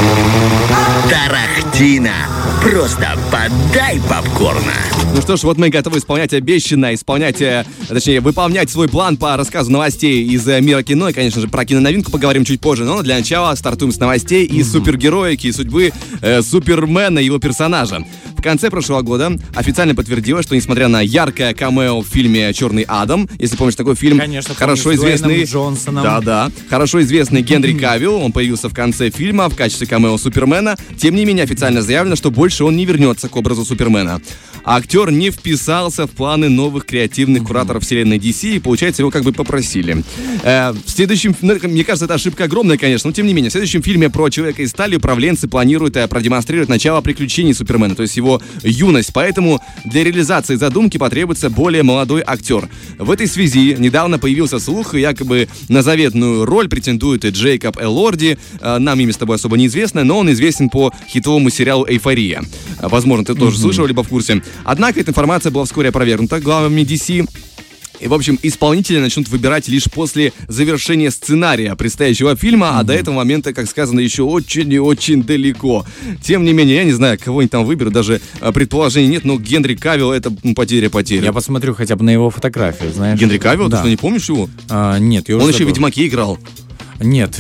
Тарахтина. Просто подай попкорна. Ну что ж, вот мы готовы исполнять обещанное, выполнять свой план по рассказу новостей из мира кино. И, конечно же, про киноновинку поговорим чуть позже. Но для начала стартуем с новостей из супергероики и судьбы Супермена и его персонажа. В конце прошлого года официально подтвердилось, что несмотря на яркое камео в фильме «Черный Адам», если помнишь такой фильм, конечно, хорошо известный Джонсоном. Да, хорошо известный Генри Кавилл, он появился в конце фильма в качестве камео Супермена. Тем не менее, официально заявлено, что больше он не вернется к образу Супермена. Актер не вписался в планы новых креативных кураторов вселенной DC, и, получается, его как бы попросили. В следующем, мне кажется, это ошибка огромная, конечно, но тем не менее, в следующем фильме про Человека из стали управленцы планируют продемонстрировать начало приключений Супермена, то есть его юность, поэтому для реализации задумки потребуется более молодой актер. В этой связи недавно появился слух, якобы на заветную роль претендует Джейкоб Элорди, нам имя с тобой особо неизвестно, но он известен по хитовому сериалу «Эйфория». Возможно, ты тоже слышал, либо в курсе. Однако эта информация была вскоре опровергнута главами DC. И, в общем, исполнители начнут выбирать лишь после завершения сценария предстоящего фильма, а до этого момента, как сказано, еще очень и очень далеко. Тем не менее, я не знаю, кого они там выберут, даже предположений нет, но Генри Кавилл — это потеря. Я посмотрю хотя бы на его фотографию, знаешь. Генри Кавилл? Да. Ты что, не помнишь его? Нет, я уже Он еще в забыл. «Ведьмаке» играл. Нет.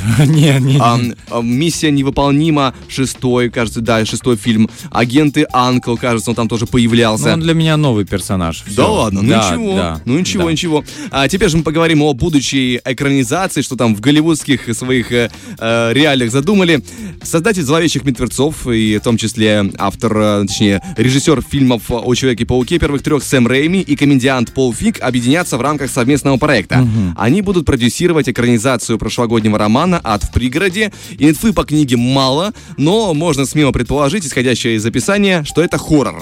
«Миссия невыполнима», шестой фильм. «Агенты Анкл», кажется, он там тоже появлялся. Ну, он для меня новый персонаж. Все. Да ладно, ничего. А теперь же мы поговорим о будущей экранизации, что там в голливудских своих реалиях задумали. Создатель «Зловещих мертвецов», и в том числе режиссер фильмов о Человеке-пауке первых трех Сэм Рэйми и комедиант Пол Фиг объединятся в рамках совместного проекта. Они будут продюсировать экранизацию прошлогоднего романа «Ад в пригороде». Инфы по книге мало, но можно смело предположить, исходящее из описания, что это хоррор.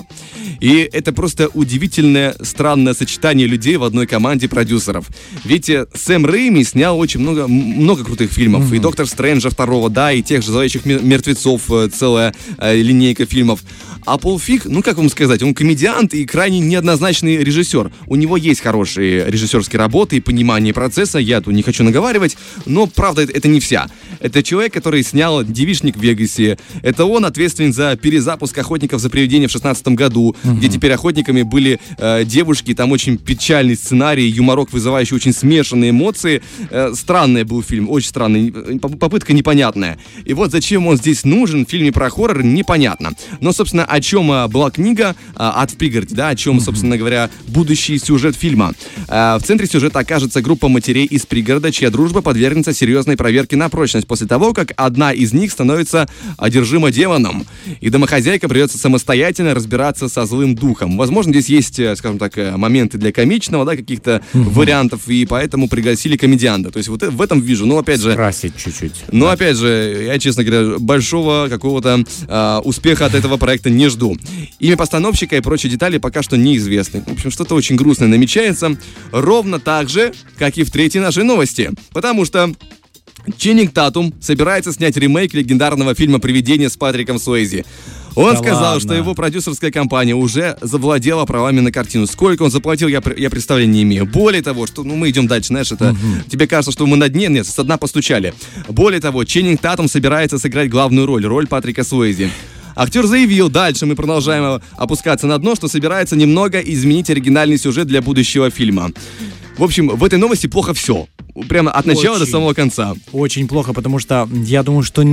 И это просто удивительное, странное сочетание людей в одной команде продюсеров. Ведь Сэм Рэйми снял очень много крутых фильмов. И «Доктор Стрэнджа» второго, да, и тех же «Зловещих мертвецов», целая линейка фильмов. А Пол Фиг, как вам сказать, он комедиант и крайне неоднозначный режиссер. У него есть хорошие режиссерские работы и понимание процесса, я тут не хочу наговаривать, но, правда, это не вся. Это человек, который снял «Девичник в Вегасе». Это он ответственен за перезапуск «Охотников за привидения» в 2016 году, где теперь охотниками были девушки, там очень печальный сценарий, юморок, вызывающий очень смешанные эмоции. Странный был фильм, очень странный, попытка непонятная. И вот зачем он здесь нужен в фильме про хоррор, непонятно. Но, собственно, о чем была книга «Ад в пригороде», да, о чем, собственно говоря, будущий сюжет фильма. В центре сюжета окажется группа матерей из пригорода, чья дружба подвергнется серьезной проверке на прочность после того, как одна из них становится одержима демоном. И домохозяйка придется самостоятельно разбираться со злым духом. Возможно, здесь есть, скажем так, моменты для комичного, да, каких-то вариантов, и поэтому пригласили комедианта. То есть вот в этом вижу, опять же... Скрасить чуть-чуть. Опять же, я, честно говоря, большого какого-то успеха от этого проекта не жду. Имя постановщика и прочие детали пока что неизвестны. В общем, что-то очень грустное намечается. Ровно так же, как и в третьей нашей новости. Потому что Ченнинг Татум собирается снять ремейк легендарного фильма «Привидение» с Патриком Суэйзи. Он сказал, что его продюсерская компания уже завладела правами на картину. Сколько он заплатил, я представления не имею. Более того, что мы идем дальше, знаешь, это тебе кажется, что мы на дне, нет, со дна постучали. Более того, Ченнинг Татум собирается сыграть главную роль Патрика Суэйзи. Актер заявил, дальше мы продолжаем опускаться на дно, что собирается немного изменить оригинальный сюжет для будущего фильма. В общем, в этой новости плохо все. Прямо от начала до самого конца. Очень плохо, потому что я думаю, что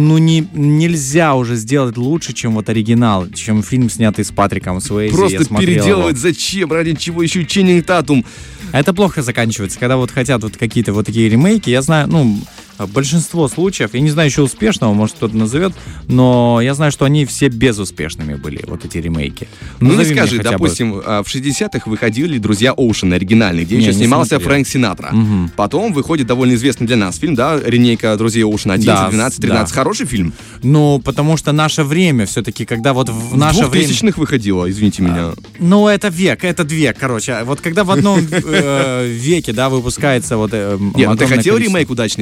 нельзя уже сделать лучше, чем оригинал, чем фильм, снятый с Патриком Суэйзи. Просто переделывать его. Зачем? Ради чего еще Ченнинг Татум? Это плохо заканчивается, когда хотят какие-то такие ремейки. Я знаю, большинство случаев, я не знаю еще успешного, может кто-то назовет, но я знаю, что они все безуспешными были, эти ремейки. Скажи, допустим, в 60-х выходили «Друзья Оушена» оригинальные, где еще снимался Фрэнк Синатра. Потом выходит довольно известный для нас фильм, да, ремейка «Друзей Оушена» 11, 12, 13. Да. Хороший фильм? Потому что наше время все-таки, когда в наше время... В 2000-х выходило, извините меня. Это век, короче. Когда в одном веке, да, выпускается Нет, ты хотел ремейк удачный, пожалуйста,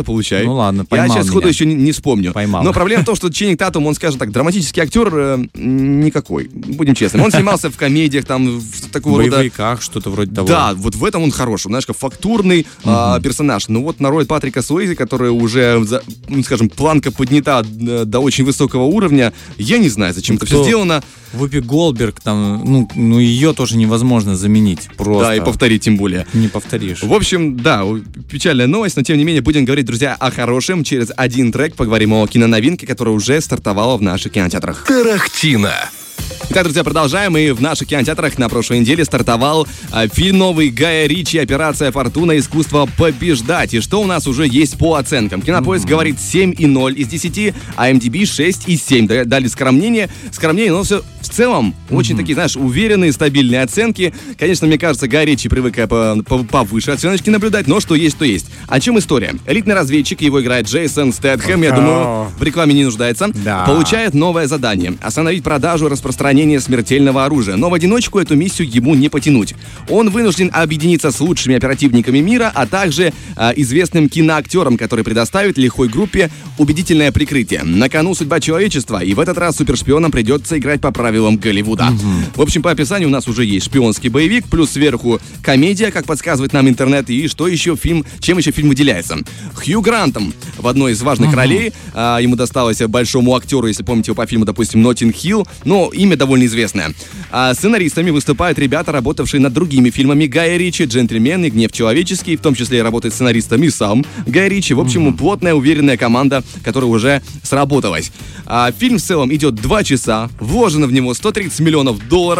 получай. Ну ладно, Я поймал сейчас сходу меня. еще не вспомню. Поймал. Но проблема в том, что Ченнинг Татум, он, скажем так, драматический актер никакой, будем честными. Он снимался в комедиях, там, в такого рода... боевиках, что-то вроде того. Да, вот в этом он хорош, знаешь, как фактурный персонаж. Но вот на роль Патрика Суэйзи, который уже, скажем, планка поднята до очень высокого уровня, я не знаю, зачем это все сделано. Вупи Голдберг, там, ну ее тоже невозможно заменить. Просто. Да, и повторить тем более. Не повторишь. В общем, да, печальная новость, но тем не менее будем говорить, друзья, о хорошем. Через один трек поговорим о киноновинке, которая уже стартовала в наших кинотеатрах. Тарахтина. Итак, друзья, продолжаем. И в наших кинотеатрах на прошлой неделе стартовал фильм новый Гая Ричи «Операция Фортуна. Искусство побеждать». И что у нас уже есть по оценкам? Кинопоиск говорит 7,0 из 10, а MDB 6,7. Дали скромнее, но все в целом очень такие, знаешь, уверенные, стабильные оценки. Конечно, мне кажется, Гай Ричи привык повыше оценочки наблюдать, но что есть, то есть. О чем история? Элитный разведчик, его играет Джейсон Стэтхэм, я думаю, в рекламе не нуждается, получает новое задание — остановить продажу и распространение смертельного оружия. Но в одиночку эту миссию ему не потянуть. Он вынужден объединиться с лучшими оперативниками мира, а также известным киноактером, который предоставит лихой группе убедительное прикрытие. На кону судьба человечества, и в этот раз супершпионам придется играть по правилам Голливуда. В общем, по описанию у нас уже есть шпионский боевик, плюс сверху комедия, как подсказывает нам интернет, и что еще чем еще фильм выделяется? Хью Грантом в одной из важных ролей. Ему досталось большому актеру, если помните его по фильму, допустим, «Ноттинг Хилл», но имя довольно известное. Сценаристами выступают ребята, работавшие над другими фильмами Гая Ричи: «Джентльмены», «Гнев человеческий», в том числе работает сценаристом и сам Гай Ричи. В общем, плотная, уверенная команда, которая уже сработалась. Фильм в целом идет 2 часа, вложено в него $130 миллионов.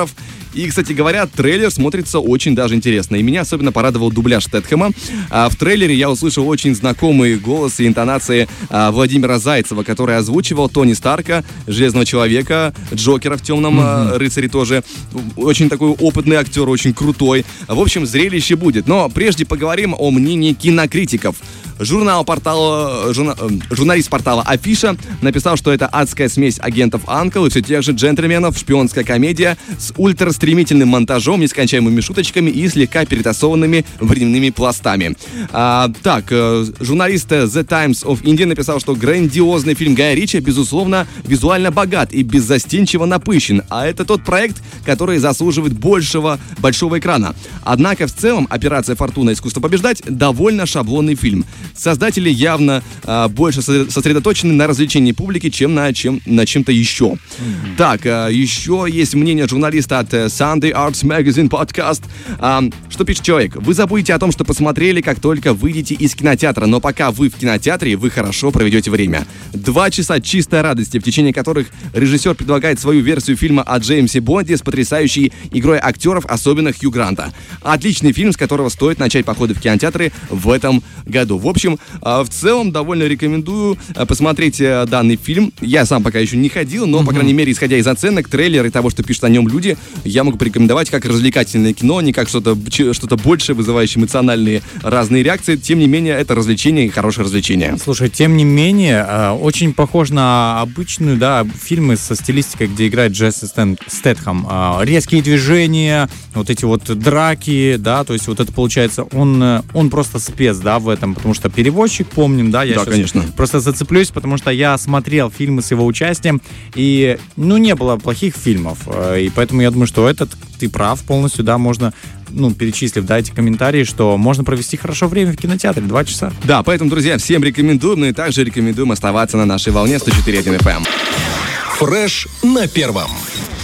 И, кстати говоря, трейлер смотрится очень даже интересно. И меня особенно порадовал дубляж Стэтхэма. В трейлере я услышал очень знакомые голосы и интонации Владимира Зайцева, который озвучивал Тони Старка, Железного Человека, Джокера в «Темном рыцаре» тоже. Очень такой опытный актер, очень крутой. В общем, зрелище будет. Но прежде поговорим о мнении кинокритиков. Журналист портала Афиша написал, что это адская смесь агентов Анкл и все тех же джентльменов, шпионская комедия с ультрастремительным монтажом, нескончаемыми шуточками и слегка перетасованными временными пластами. Журналист The Times of India написал, что грандиозный фильм Гая Ричи, безусловно, визуально богат и беззастенчиво напыщен, а это тот проект, который заслуживает большого экрана. Однако в целом «Операция Фортуна. Искусство побеждать» довольно шаблонный фильм. Создатели явно больше сосредоточены на развлечении публики, чем на чем-то еще. Еще есть мнение журналиста от Sunday Arts Magazine Podcast. Что пишет человек? Вы забудете о том, что посмотрели, как только выйдете из кинотеатра, но пока вы в кинотеатре, вы хорошо проведете время. 2 часа чистой радости, в течение которых режиссер предлагает свою версию фильма о Джеймсе Бонде с потрясающей игрой актеров, особенно Хью Гранта. Отличный фильм, с которого стоит начать походы в кинотеатры в этом году. В общем, в целом довольно рекомендую посмотреть данный фильм. Я сам пока еще не ходил, но, по крайней мере, исходя из оценок, трейлера и того, что пишут о нем люди, я могу порекомендовать как развлекательное кино, не как что-то большее, вызывающее эмоциональные разные реакции. Тем не менее, это развлечение и хорошее развлечение. Слушай, тем не менее, очень похож на обычную, фильмы со стилистикой, где играет Джейсон Стэтхэм. Резкие движения, вот эти вот драки, то есть вот это получается, он просто спец, в этом, потому что переводчик, помним, я конечно. Просто зацеплюсь, потому что я смотрел фильмы с его участием, и, не было плохих фильмов, и поэтому я думаю, что ты прав полностью, можно, перечислив, эти комментарии, что можно провести хорошо время в кинотеатре, 2 часа. Да, поэтому, друзья, всем рекомендуем, но и также рекомендуем оставаться на нашей волне 104.1 FM. Фреш на первом.